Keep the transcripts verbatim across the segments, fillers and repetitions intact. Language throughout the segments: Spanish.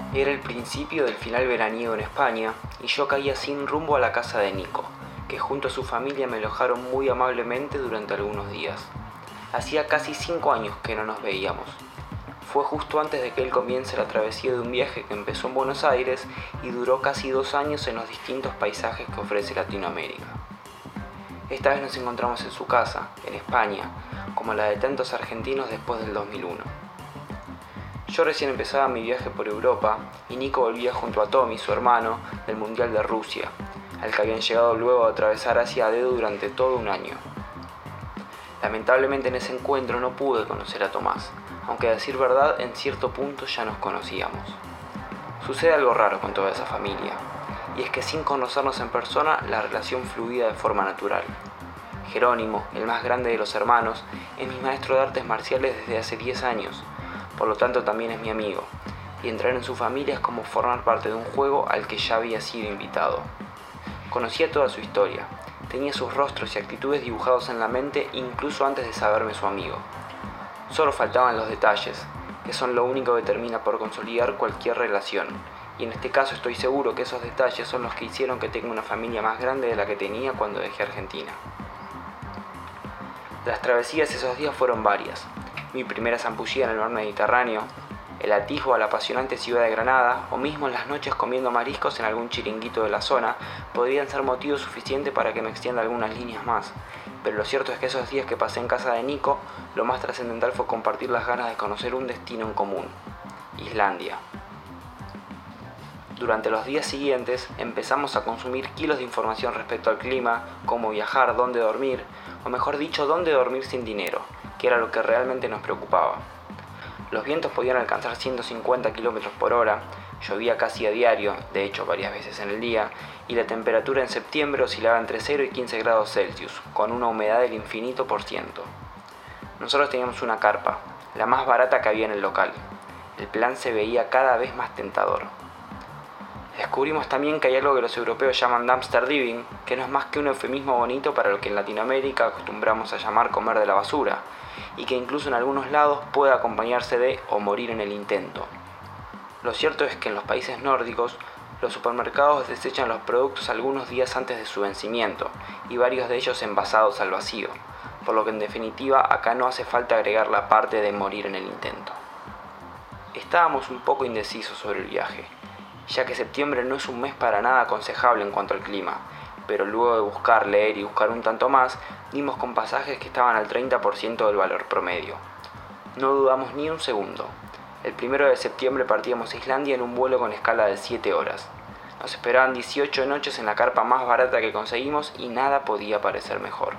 Era el principio del final veraniego en España y yo caía sin rumbo a la casa de Nico, que junto a su familia me alojaron muy amablemente durante algunos días. Hacía casi cinco años que no nos veíamos. Fue justo antes de que él comience la travesía de un viaje que empezó en Buenos Aires y duró casi dos años en los distintos paisajes que ofrece Latinoamérica. Esta vez nos encontramos en su casa, en España, como la de tantos argentinos después del dos mil uno. Yo recién empezaba mi viaje por Europa y Nico volvía junto a Tommy, su hermano, del Mundial de Rusia, al que habían llegado luego de atravesar Asia a dedo durante todo un año. Lamentablemente en ese encuentro no pude conocer a Tomás, aunque a decir verdad en cierto punto ya nos conocíamos. Sucede algo raro con toda esa familia, y es que sin conocernos en persona la relación fluía de forma natural. Jerónimo, el más grande de los hermanos, es mi maestro de artes marciales desde hace diez años, por lo tanto también es mi amigo, y entrar en su familia es como formar parte de un juego al que ya había sido invitado. Conocía toda su historia, tenía sus rostros y actitudes dibujados en la mente incluso antes de saberme su amigo. Solo faltaban los detalles, que son lo único que termina por consolidar cualquier relación, y en este caso estoy seguro que esos detalles son los que hicieron que tenga una familia más grande de la que tenía cuando dejé Argentina. Las travesías esos días fueron varias. Mi primera zambullida en el mar Mediterráneo, el atisbo a la apasionante ciudad de Granada, o mismo en las noches comiendo mariscos en algún chiringuito de la zona, podrían ser motivo suficiente para que me extienda algunas líneas más. Pero lo cierto es que esos días que pasé en casa de Nico, lo más trascendental fue compartir las ganas de conocer un destino en común: Islandia. Durante los días siguientes empezamos a consumir kilos de información respecto al clima, cómo viajar, dónde dormir, o mejor dicho, dónde dormir sin dinero, que era lo que realmente nos preocupaba. Los vientos podían alcanzar ciento cincuenta kilómetros por hora, llovía casi a diario, de hecho varias veces en el día, y la temperatura en septiembre oscilaba entre cero y quince grados Celsius, con una humedad del infinito por ciento. Nosotros teníamos una carpa, la más barata que había en el local. El plan se veía cada vez más tentador. Descubrimos también que hay algo que los europeos llaman dumpster diving, que no es más que un eufemismo bonito para lo que en Latinoamérica acostumbramos a llamar comer de la basura, y que incluso en algunos lados puede acompañarse de o morir en el intento. Lo cierto es que en los países nórdicos, los supermercados desechan los productos algunos días antes de su vencimiento, y varios de ellos envasados al vacío, por lo que en definitiva acá no hace falta agregar la parte de morir en el intento. Estábamos un poco indecisos sobre el viaje, ya que septiembre no es un mes para nada aconsejable en cuanto al clima, pero luego de buscar, leer y buscar un tanto más, dimos con pasajes que estaban al treinta por ciento del valor promedio. No dudamos ni un segundo. El primero de septiembre partíamos a Islandia en un vuelo con escala de siete horas. Nos esperaban dieciocho noches en la carpa más barata que conseguimos y nada podía parecer mejor.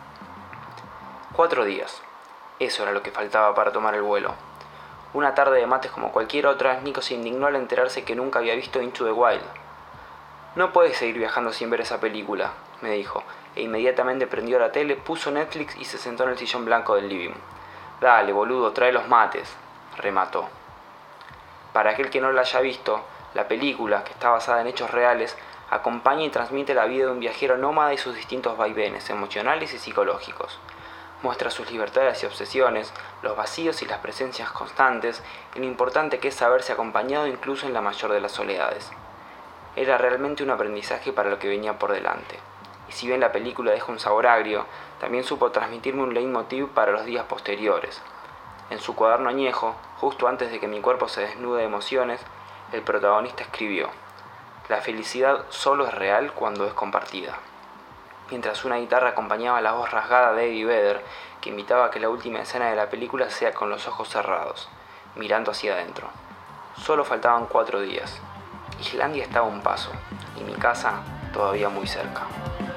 Cuatro días. Eso era lo que faltaba para tomar el vuelo. Una tarde de mates como cualquier otra, Nico se indignó al enterarse que nunca había visto Into the Wild. «No puedes seguir viajando sin ver esa película», me dijo, e inmediatamente prendió la tele, puso Netflix y se sentó en el sillón blanco del living. «Dale, boludo, trae los mates», remató. Para aquel que no la haya visto, la película, que está basada en hechos reales, acompaña y transmite la vida de un viajero nómada y sus distintos vaivenes emocionales y psicológicos. Muestra sus libertades y obsesiones, los vacíos y las presencias constantes, y lo importante que es saberse acompañado incluso en la mayor de las soledades. Era realmente un aprendizaje para lo que venía por delante. Y si bien la película deja un sabor agrio, también supo transmitirme un leitmotiv para los días posteriores. En su cuaderno añejo, justo antes de que mi cuerpo se desnude de emociones, el protagonista escribió: «La felicidad solo es real cuando es compartida», mientras una guitarra acompañaba la voz rasgada de Eddie Vedder, que invitaba a que la última escena de la película sea con los ojos cerrados, mirando hacia adentro. Solo faltaban cuatro días. Islandia estaba a un paso, y mi casa todavía muy cerca.